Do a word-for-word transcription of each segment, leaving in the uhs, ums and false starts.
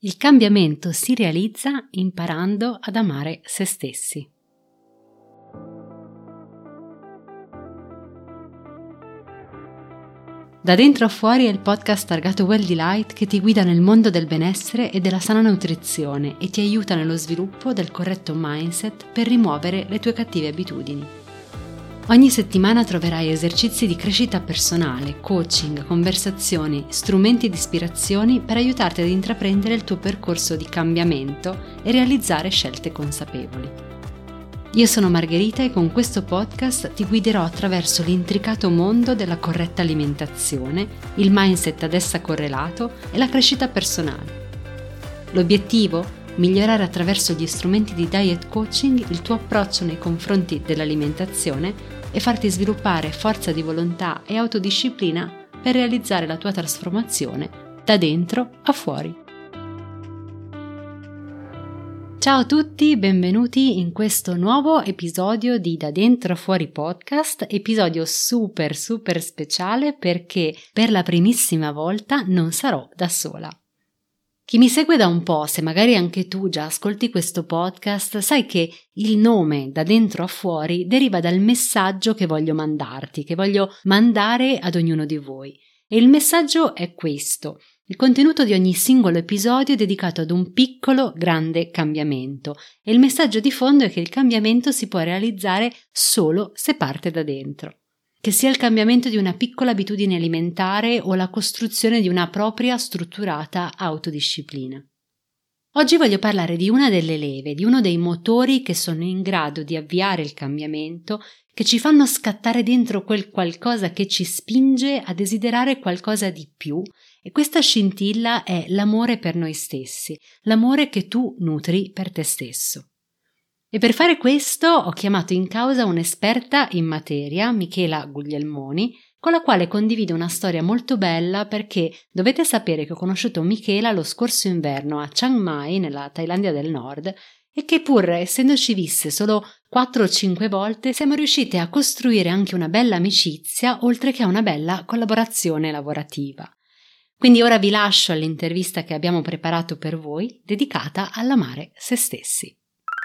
Il cambiamento si realizza imparando ad amare se stessi. Da dentro a fuori è il podcast targato Well Delight che ti guida nel mondo del benessere e della sana nutrizione e ti aiuta nello sviluppo del corretto mindset per rimuovere le tue cattive abitudini. Ogni settimana troverai esercizi di crescita personale, coaching, conversazioni, strumenti di ispirazione per aiutarti ad intraprendere il tuo percorso di cambiamento e realizzare scelte consapevoli. Io sono Margherita e con questo podcast ti guiderò attraverso l'intricato mondo della corretta alimentazione, il mindset ad essa correlato e la crescita personale. L'obiettivo? Migliorare attraverso gli strumenti di diet coaching il tuo approccio nei confronti dell'alimentazione e farti sviluppare forza di volontà e autodisciplina per realizzare la tua trasformazione da dentro a fuori. Ciao a tutti, benvenuti in questo nuovo episodio di Da Dentro a Fuori podcast, episodio super super speciale perché per la primissima volta non sarò da sola. Chi mi segue da un po', se magari anche tu già ascolti questo podcast, sai che il nome Da Dentro a Fuori deriva dal messaggio che voglio mandarti, che voglio mandare ad ognuno di voi. E il messaggio è questo. Il contenuto di ogni singolo episodio è dedicato ad un piccolo, grande cambiamento. E il messaggio di fondo è che il cambiamento si può realizzare solo se parte da dentro. Che sia il cambiamento di una piccola abitudine alimentare o la costruzione di una propria strutturata autodisciplina. Oggi voglio parlare di una delle leve, di uno dei motori che sono in grado di avviare il cambiamento, che ci fanno scattare dentro quel qualcosa che ci spinge a desiderare qualcosa di più, e questa scintilla è l'amore per noi stessi, l'amore che tu nutri per te stesso. E per fare questo ho chiamato in causa un'esperta in materia, Michela Guglielmoni, con la quale condivido una storia molto bella perché dovete sapere che ho conosciuto Michela lo scorso inverno a Chiang Mai, nella Thailandia del Nord, e che pur essendoci viste solo quattro o cinque volte siamo riuscite a costruire anche una bella amicizia oltre che a una bella collaborazione lavorativa. Quindi ora vi lascio all'intervista che abbiamo preparato per voi, dedicata all'amare se stessi.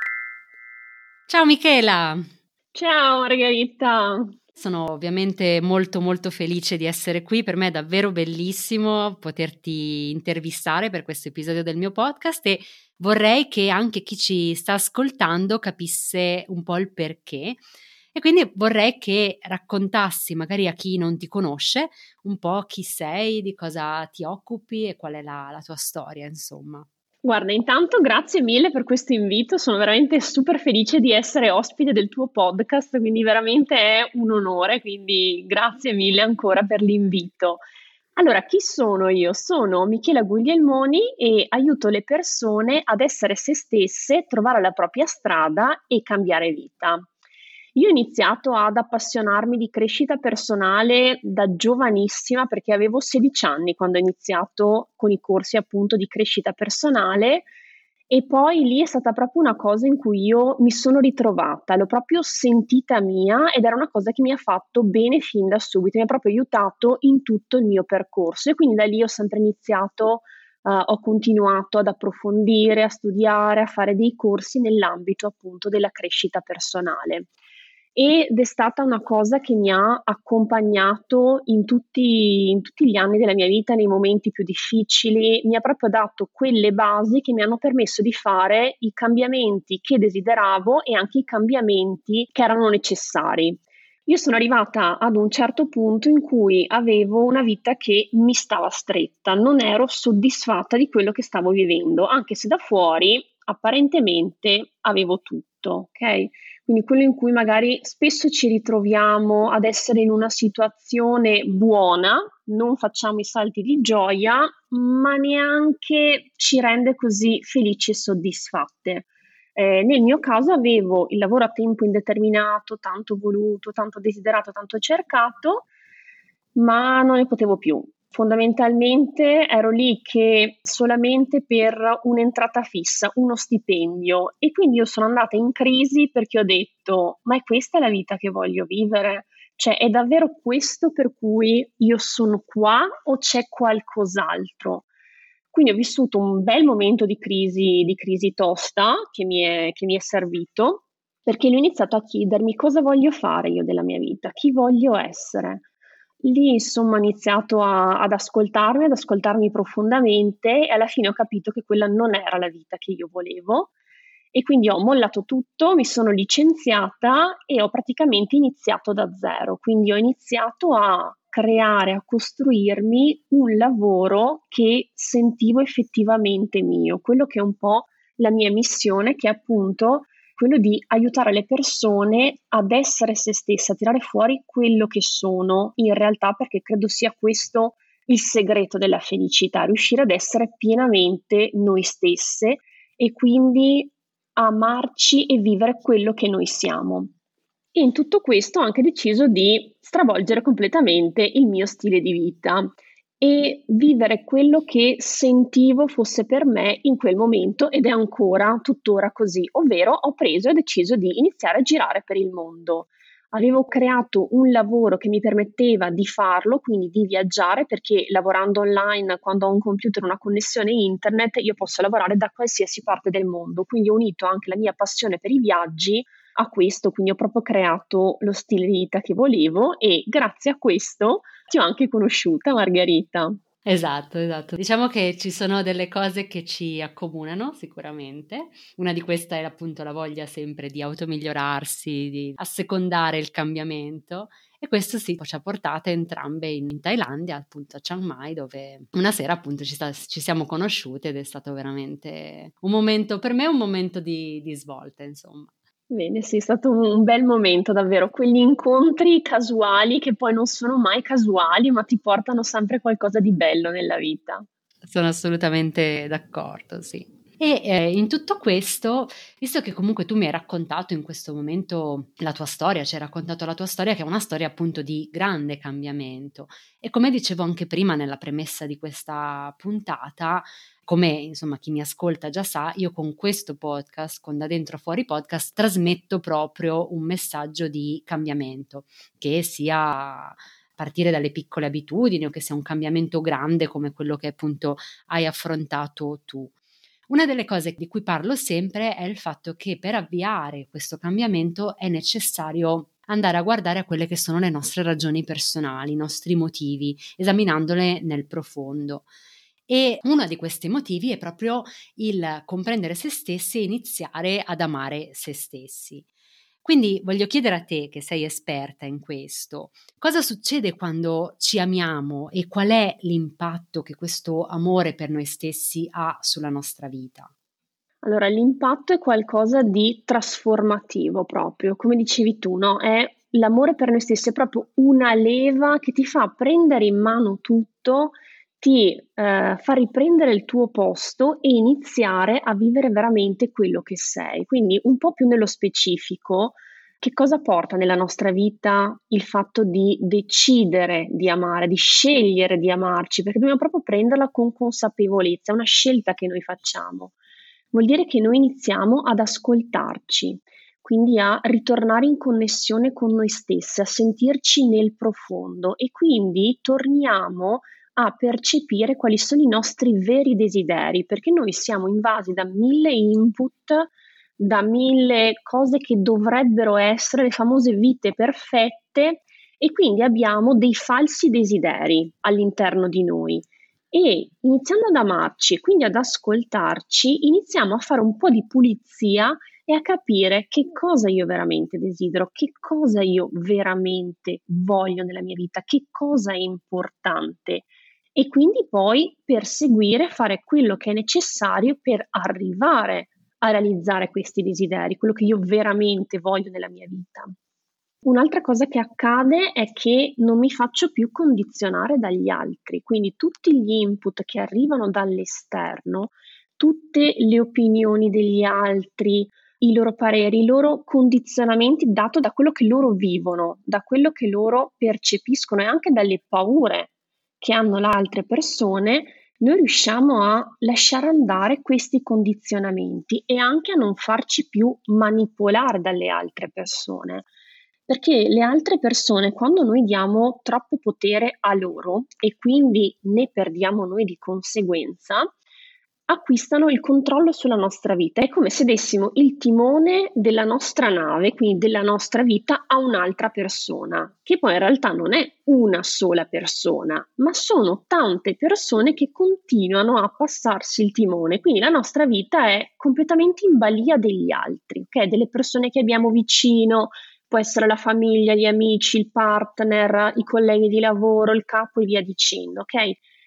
Ciao Michela! Ciao Margherita! Sono ovviamente molto molto felice di essere qui, per me è davvero bellissimo poterti intervistare per questo episodio del mio podcast e vorrei che anche chi ci sta ascoltando capisse un po' il perché e quindi vorrei che raccontassi magari a chi non ti conosce un po' chi sei, di cosa ti occupi e qual è la, la tua storia, insomma. Guarda, intanto grazie mille per questo invito, sono veramente super felice di essere ospite del tuo podcast, quindi veramente è un onore, quindi grazie mille ancora per l'invito. Allora, chi sono io? Sono Michela Guglielmoni e aiuto le persone ad essere se stesse, trovare la propria strada e cambiare vita. Io ho iniziato ad appassionarmi di crescita personale da giovanissima perché avevo sedici anni quando ho iniziato con i corsi appunto di crescita personale e poi lì è stata proprio una cosa in cui io mi sono ritrovata, l'ho proprio sentita mia ed era una cosa che mi ha fatto bene fin da subito, mi ha proprio aiutato in tutto il mio percorso e quindi da lì ho sempre iniziato, uh, ho continuato ad approfondire, a studiare, a fare dei corsi nell'ambito appunto della crescita personale. Ed è stata una cosa che mi ha accompagnato in tutti, in tutti gli anni della mia vita, nei momenti più difficili, mi ha proprio dato quelle basi che mi hanno permesso di fare i cambiamenti che desideravo e anche i cambiamenti che erano necessari. Io sono arrivata ad un certo punto in cui avevo una vita che mi stava stretta, non ero soddisfatta di quello che stavo vivendo, anche se da fuori apparentemente avevo tutto, ok? Quindi quello in cui magari spesso ci ritroviamo ad essere in una situazione buona, non facciamo i salti di gioia, ma neanche ci rende così felici e soddisfatte. Eh, nel mio caso avevo il lavoro a tempo indeterminato, tanto voluto, tanto desiderato, tanto cercato, ma non ne potevo più. Fondamentalmente ero lì che solamente per un'entrata fissa, uno stipendio, e quindi io sono andata in crisi perché ho detto: ma è questa la vita che voglio vivere? Cioè, è davvero questo per cui io sono qua o c'è qualcos'altro? Quindi ho vissuto un bel momento di crisi, di crisi tosta che mi è, che mi è servito, perché lì ho iniziato a chiedermi cosa voglio fare io della mia vita, chi voglio essere. Lì insomma ho iniziato a- ad ascoltarmi, ad ascoltarmi profondamente e alla fine ho capito che quella non era la vita che io volevo e quindi ho mollato tutto, mi sono licenziata e ho praticamente iniziato da zero, quindi ho iniziato a creare, a costruirmi un lavoro che sentivo effettivamente mio, quello che è un po' la mia missione, che è appunto quello di aiutare le persone ad essere se stesse, a tirare fuori quello che sono in realtà, perché credo sia questo il segreto della felicità, riuscire ad essere pienamente noi stesse e quindi amarci e vivere quello che noi siamo. E in tutto questo ho anche deciso di stravolgere completamente il mio stile di vita e vivere quello che sentivo fosse per me in quel momento ed è ancora tuttora così, ovvero ho preso e deciso di iniziare a girare per il mondo. Avevo creato un lavoro che mi permetteva di farlo, quindi di viaggiare, perché lavorando online, quando ho un computer e una connessione internet, io posso lavorare da qualsiasi parte del mondo. Quindi ho unito anche la mia passione per i viaggi a questo, quindi ho proprio creato lo stile di vita che volevo e grazie a questo ti ho anche conosciuta, Margherita. Esatto, esatto. Diciamo che ci sono delle cose che ci accomunano sicuramente. Una di queste è appunto la voglia sempre di automigliorarsi, di assecondare il cambiamento. E questo sì, ci ha portate entrambe in, in Thailandia, appunto a Chiang Mai, dove una sera appunto ci, sta- ci siamo conosciute ed è stato veramente un momento, per me un momento di, di svolta, insomma. Bene, sì, è stato un un bel momento davvero, quegli incontri casuali che poi non sono mai casuali, ma ti portano sempre qualcosa di bello nella vita. Sono assolutamente d'accordo, sì. E eh, in tutto questo, visto che comunque tu mi hai raccontato in questo momento la tua storia, ci hai raccontato la tua storia, che è una storia appunto di grande cambiamento. E come dicevo anche prima nella premessa di questa puntata, come insomma chi mi ascolta già sa, io con questo podcast, con Da Dentro Fuori Podcast, trasmetto proprio un messaggio di cambiamento, che sia partire dalle piccole abitudini o che sia un cambiamento grande come quello che appunto hai affrontato tu. Una delle cose di cui parlo sempre è il fatto che per avviare questo cambiamento è necessario andare a guardare a quelle che sono le nostre ragioni personali, i nostri motivi, esaminandole nel profondo. E uno di questi motivi è proprio il comprendere se stessi e iniziare ad amare se stessi. Quindi voglio chiedere a te, che sei esperta in questo, cosa succede quando ci amiamo e qual è l'impatto che questo amore per noi stessi ha sulla nostra vita? Allora, l'impatto è qualcosa di trasformativo proprio, come dicevi tu, no? È l'amore per noi stessi, è proprio una leva che ti fa prendere in mano tutto, ti eh, fa riprendere il tuo posto e iniziare a vivere veramente quello che sei. Quindi un po' più nello specifico, che cosa porta nella nostra vita il fatto di decidere di amare, di scegliere di amarci, perché dobbiamo proprio prenderla con consapevolezza, è una scelta che noi facciamo. Vuol dire che noi iniziamo ad ascoltarci, quindi a ritornare in connessione con noi stessi, a sentirci nel profondo e quindi torniamo a percepire quali sono i nostri veri desideri, perché noi siamo invasi da mille input, da mille cose che dovrebbero essere le famose vite perfette e quindi abbiamo dei falsi desideri all'interno di noi. E iniziando ad amarci e quindi ad ascoltarci, iniziamo a fare un po' di pulizia e a capire che cosa io veramente desidero, che cosa io veramente voglio nella mia vita, che cosa è importante. E quindi poi perseguire, fare quello che è necessario per arrivare a realizzare questi desideri, quello che io veramente voglio nella mia vita. Un'altra cosa che accade è che non mi faccio più condizionare dagli altri, quindi tutti gli input che arrivano dall'esterno, tutte le opinioni degli altri, i loro pareri, i loro condizionamenti dato da quello che loro vivono, da quello che loro percepiscono e anche dalle paure che hanno le altre persone, noi riusciamo a lasciare andare questi condizionamenti e anche a non farci più manipolare dalle altre persone. Perché le altre persone, quando noi diamo troppo potere a loro e quindi ne perdiamo noi di conseguenza, acquistano il controllo sulla nostra vita. È come se dessimo il timone della nostra nave, quindi della nostra vita, a un'altra persona, che poi in realtà non è una sola persona, ma sono tante persone che continuano a passarsi il timone. Quindi la nostra vita è completamente in balia degli altri, ok? Delle persone che abbiamo vicino, può essere la famiglia, gli amici, il partner, i colleghi di lavoro, il capo e via dicendo, ok?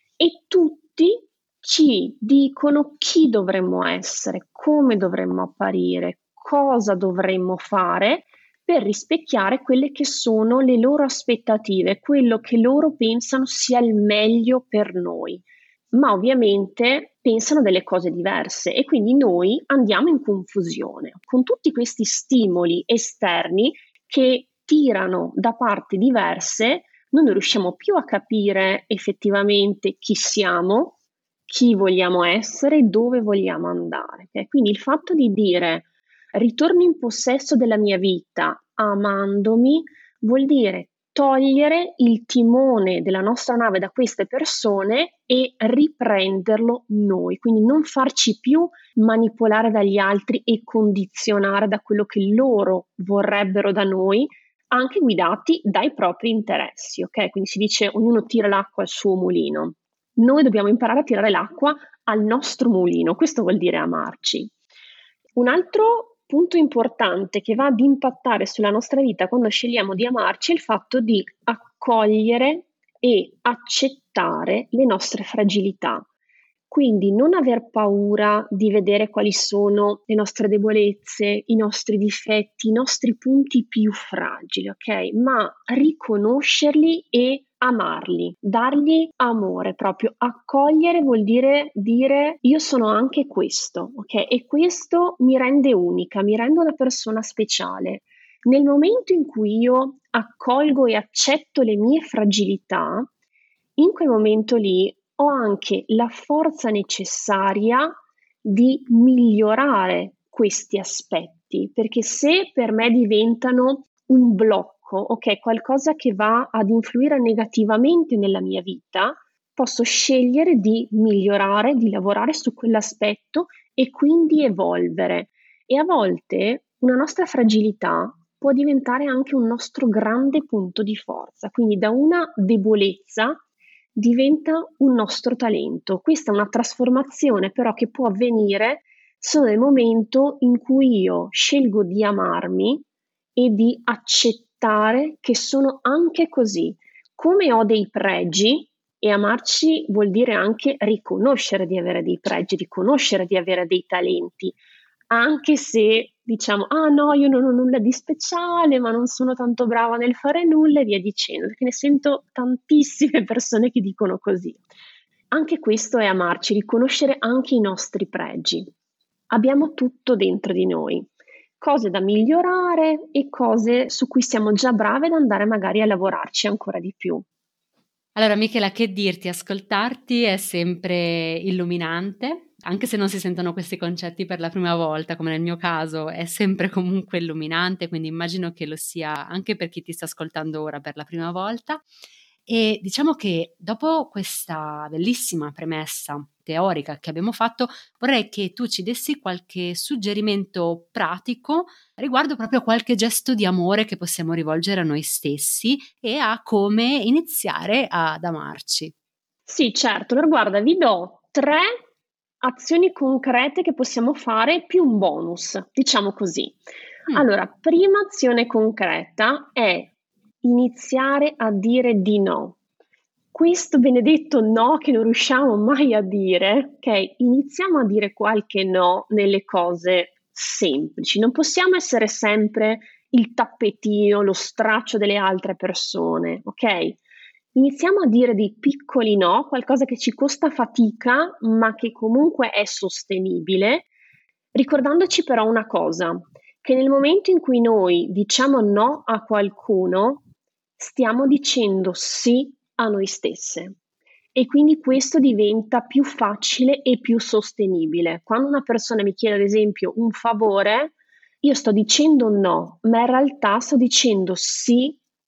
E tutti ci dicono chi dovremmo essere, come dovremmo apparire, cosa dovremmo fare per rispecchiare quelle che sono le loro aspettative, quello che loro pensano sia il meglio per noi. Ma ovviamente pensano delle cose diverse e quindi noi andiamo in confusione con tutti questi stimoli esterni che tirano da parti diverse. Noi non riusciamo più a capire effettivamente chi siamo, chi vogliamo essere, dove vogliamo andare. Okay? Quindi il fatto di dire ritorno in possesso della mia vita amandomi vuol dire togliere il timone della nostra nave da queste persone e riprenderlo noi, quindi non farci più manipolare dagli altri e condizionare da quello che loro vorrebbero da noi, anche guidati dai propri interessi, ok? Quindi si dice ognuno tira l'acqua al suo mulino. Noi dobbiamo imparare a tirare l'acqua al nostro mulino, questo vuol dire amarci. Un altro punto importante che va ad impattare sulla nostra vita quando scegliamo di amarci è il fatto di accogliere e accettare le nostre fragilità. Quindi non aver paura di vedere quali sono le nostre debolezze, i nostri difetti, i nostri punti più fragili, ok? Ma riconoscerli e amarli, dargli amore, proprio accogliere vuol dire dire io sono anche questo, ok? E questo mi rende unica, mi rende una persona speciale. Nel momento in cui io accolgo e accetto le mie fragilità, in quel momento lì ho anche la forza necessaria di migliorare questi aspetti, perché se per me diventano un blocco, ok, qualcosa che va ad influire negativamente nella mia vita, posso scegliere di migliorare, di lavorare su quell'aspetto e quindi evolvere. E a volte una nostra fragilità può diventare anche un nostro grande punto di forza, quindi da una debolezza diventa un nostro talento. Questa è una trasformazione però che può avvenire solo nel momento in cui io scelgo di amarmi e di accettare che sono anche così. Come ho dei pregi, e amarci vuol dire anche riconoscere di avere dei pregi, riconoscere di avere dei talenti, anche se diciamo, ah no, io non ho nulla di speciale, ma non sono tanto brava nel fare nulla e via dicendo, perché ne sento tantissime persone che dicono così. Anche questo è amarci, riconoscere anche i nostri pregi. Abbiamo tutto dentro di noi, cose da migliorare e cose su cui siamo già brave ad andare magari a lavorarci ancora di più. Allora Michela, che dirti, ascoltarti è sempre illuminante, anche se non si sentono questi concetti per la prima volta, come nel mio caso, è sempre comunque illuminante, quindi immagino che lo sia anche per chi ti sta ascoltando ora per la prima volta. E diciamo che dopo questa bellissima premessa teorica che abbiamo fatto, vorrei che tu ci dessi qualche suggerimento pratico riguardo proprio qualche gesto di amore che possiamo rivolgere a noi stessi e a come iniziare ad amarci. Sì, certo. Allora, guarda, vi do tre azioni concrete che possiamo fare più un bonus, diciamo così. Mm. Allora, prima azione concreta è iniziare a dire di no. Questo benedetto no che non riusciamo mai a dire, ok? Iniziamo a dire qualche no nelle cose semplici. Non possiamo essere sempre il tappetino, lo straccio delle altre persone, ok? Iniziamo a dire dei piccoli no, qualcosa che ci costa fatica, ma che comunque è sostenibile, ricordandoci però una cosa, che nel momento in cui noi diciamo no a qualcuno, stiamo dicendo sì a noi stesse. E quindi questo diventa più facile e più sostenibile. Quando una persona mi chiede ad esempio un favore, io sto dicendo no, ma in realtà sto dicendo sì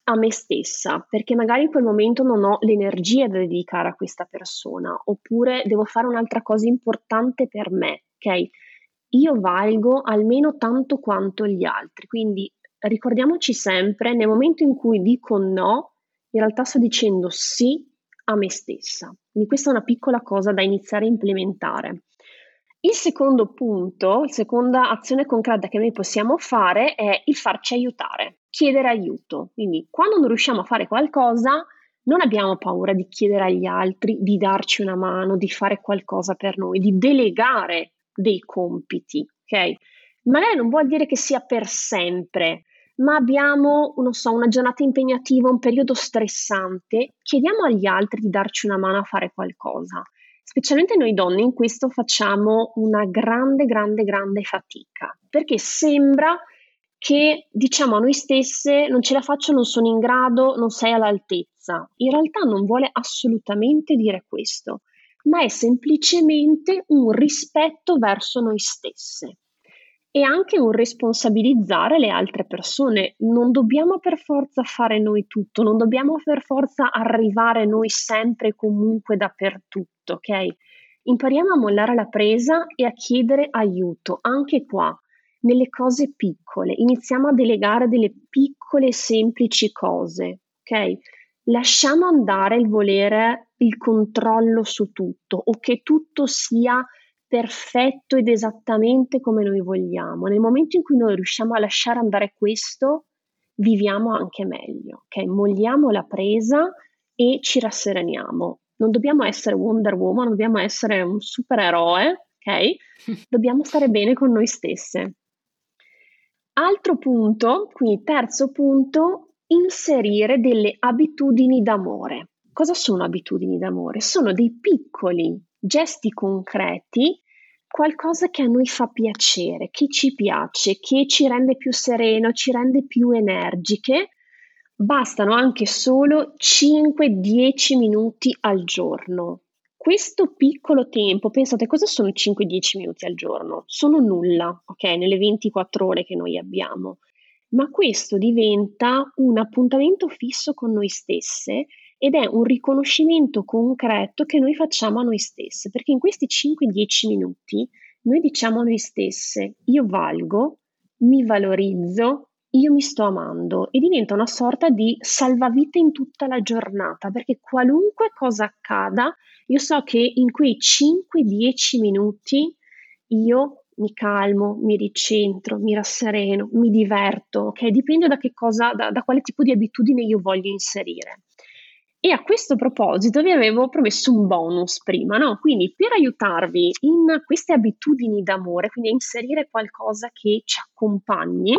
a me stessa, perché magari in quel momento non ho l'energia da dedicare a questa persona, oppure devo fare un'altra cosa importante per me, ok? Io valgo almeno tanto quanto gli altri, quindi ricordiamoci sempre, nel momento in cui dico no, in realtà sto dicendo sì a me stessa. Quindi questa è una piccola cosa da iniziare a implementare. Il secondo punto, la seconda azione concreta che noi possiamo fare è il farci aiutare, chiedere aiuto. Quindi quando non riusciamo a fare qualcosa, non abbiamo paura di chiedere agli altri, di darci una mano, di fare qualcosa per noi, di delegare dei compiti, ok? Magari non vuol dire che sia per sempre, ma abbiamo, non so, una giornata impegnativa, un periodo stressante, chiediamo agli altri di darci una mano a fare qualcosa. Specialmente noi donne in questo facciamo una grande, grande, grande fatica, perché sembra che diciamo a noi stesse non ce la faccio, non sono in grado, non sei all'altezza. In realtà non vuole assolutamente dire questo, ma è semplicemente un rispetto verso noi stesse e anche un responsabilizzare le altre persone. Non dobbiamo per forza fare noi tutto, non dobbiamo per forza arrivare noi sempre e comunque dappertutto, ok? Impariamo a mollare la presa e a chiedere aiuto, anche qua, nelle cose piccole. Iniziamo a delegare delle piccole, semplici cose, ok? Lasciamo andare il volere il controllo su tutto o che tutto sia perfetto ed esattamente come noi vogliamo. Nel momento in cui noi riusciamo a lasciare andare questo, viviamo anche meglio, ok? Molliamo la presa e ci rassereniamo. Non dobbiamo essere Wonder Woman, non dobbiamo essere un supereroe, ok? Dobbiamo stare bene con noi stesse. Altro punto, quindi terzo punto, inserire delle abitudini d'amore. Cosa sono abitudini d'amore? Sono dei piccoli gesti concreti, qualcosa che a noi fa piacere, che ci piace, che ci rende più sereno, ci rende più energiche. Bastano anche solo cinque dieci minuti al giorno. Questo piccolo tempo, pensate cosa sono cinque dieci minuti al giorno? Sono nulla, ok? Nelle ventiquattro ore che noi abbiamo. Ma questo diventa un appuntamento fisso con noi stesse ed è un riconoscimento concreto che noi facciamo a noi stesse, perché in questi cinque dieci minuti noi diciamo a noi stesse: io valgo, mi valorizzo, io mi sto amando, e diventa una sorta di salvavita in tutta la giornata, perché qualunque cosa accada, io so che in quei cinque dieci minuti io mi calmo, mi ricentro, mi rassereno, mi diverto, ok? Dipende da che cosa, da, da quale tipo di abitudine io voglio inserire. E a questo proposito vi avevo promesso un bonus prima, no? Quindi per aiutarvi in queste abitudini d'amore, quindi a inserire qualcosa che ci accompagni,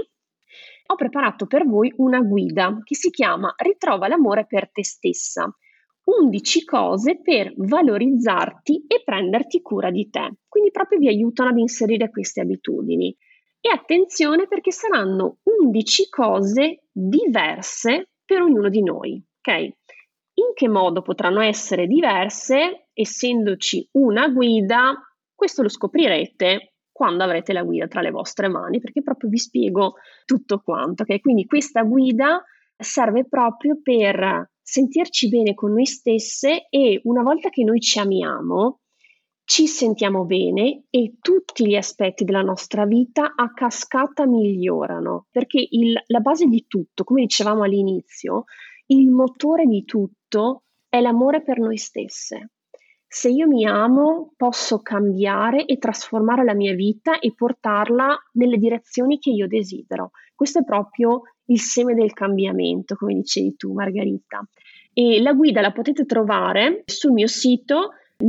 ho preparato per voi una guida che si chiama Ritrova l'amore per te stessa. undici cose per valorizzarti e prenderti cura di te. Quindi proprio vi aiutano ad inserire queste abitudini. E attenzione, perché saranno undici cose diverse per ognuno di noi, ok? In che modo potranno essere diverse, essendoci una guida? Questo lo scoprirete quando avrete la guida tra le vostre mani, perché proprio vi spiego tutto quanto, ok? Quindi questa guida serve proprio per sentirci bene con noi stesse, e una volta che noi ci amiamo, ci sentiamo bene e tutti gli aspetti della nostra vita a cascata migliorano, perché il, la base di tutto, come dicevamo all'inizio, il motore di tutto è l'amore per noi stesse. Se io mi amo, posso cambiare e trasformare la mia vita e portarla nelle direzioni che io desidero. Questo è proprio il seme del cambiamento, come dicevi tu, Margherita. E la guida la potete trovare sul mio sito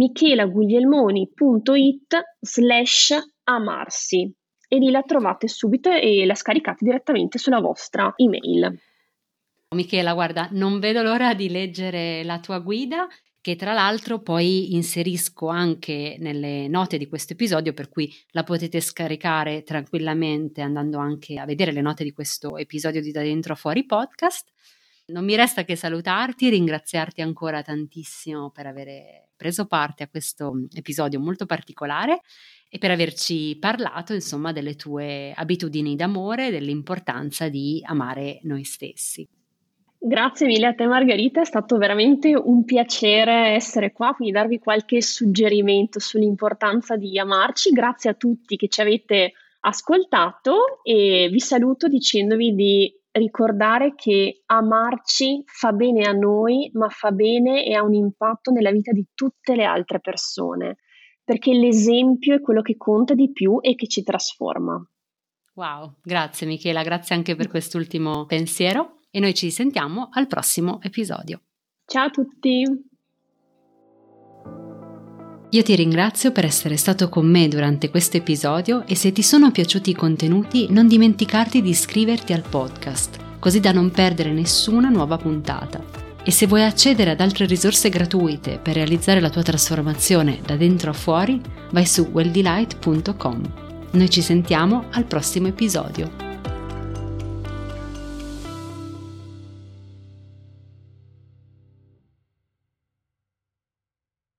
michelaguglielmoni.it slash amarsi, e lì la trovate subito e la scaricate direttamente sulla vostra email. Michela, guarda, non vedo l'ora di leggere la tua guida, che tra l'altro poi inserisco anche nelle note di questo episodio, per cui la potete scaricare tranquillamente andando anche a vedere le note di questo episodio di Da Dentro a Fuori podcast. Non mi resta che salutarti e ringraziarti ancora tantissimo per avere preso parte a questo episodio molto particolare e per averci parlato, insomma, delle tue abitudini d'amore e dell'importanza di amare noi stessi. Grazie mille a te Margherita, è stato veramente un piacere essere qua, quindi darvi qualche suggerimento sull'importanza di amarci. Grazie a tutti che ci avete ascoltato e vi saluto dicendovi di ricordare che amarci fa bene a noi, ma fa bene e ha un impatto nella vita di tutte le altre persone, perché l'esempio è quello che conta di più e che ci trasforma. Wow, grazie Michela, grazie anche per quest'ultimo pensiero e noi ci sentiamo al prossimo episodio. Ciao a tutti! Io ti ringrazio per essere stato con me durante questo episodio e se ti sono piaciuti i contenuti non dimenticarti di iscriverti al podcast, così da non perdere nessuna nuova puntata. E se vuoi accedere ad altre risorse gratuite per realizzare la tua trasformazione da dentro a fuori, vai su well delight punto com. Noi ci sentiamo al prossimo episodio.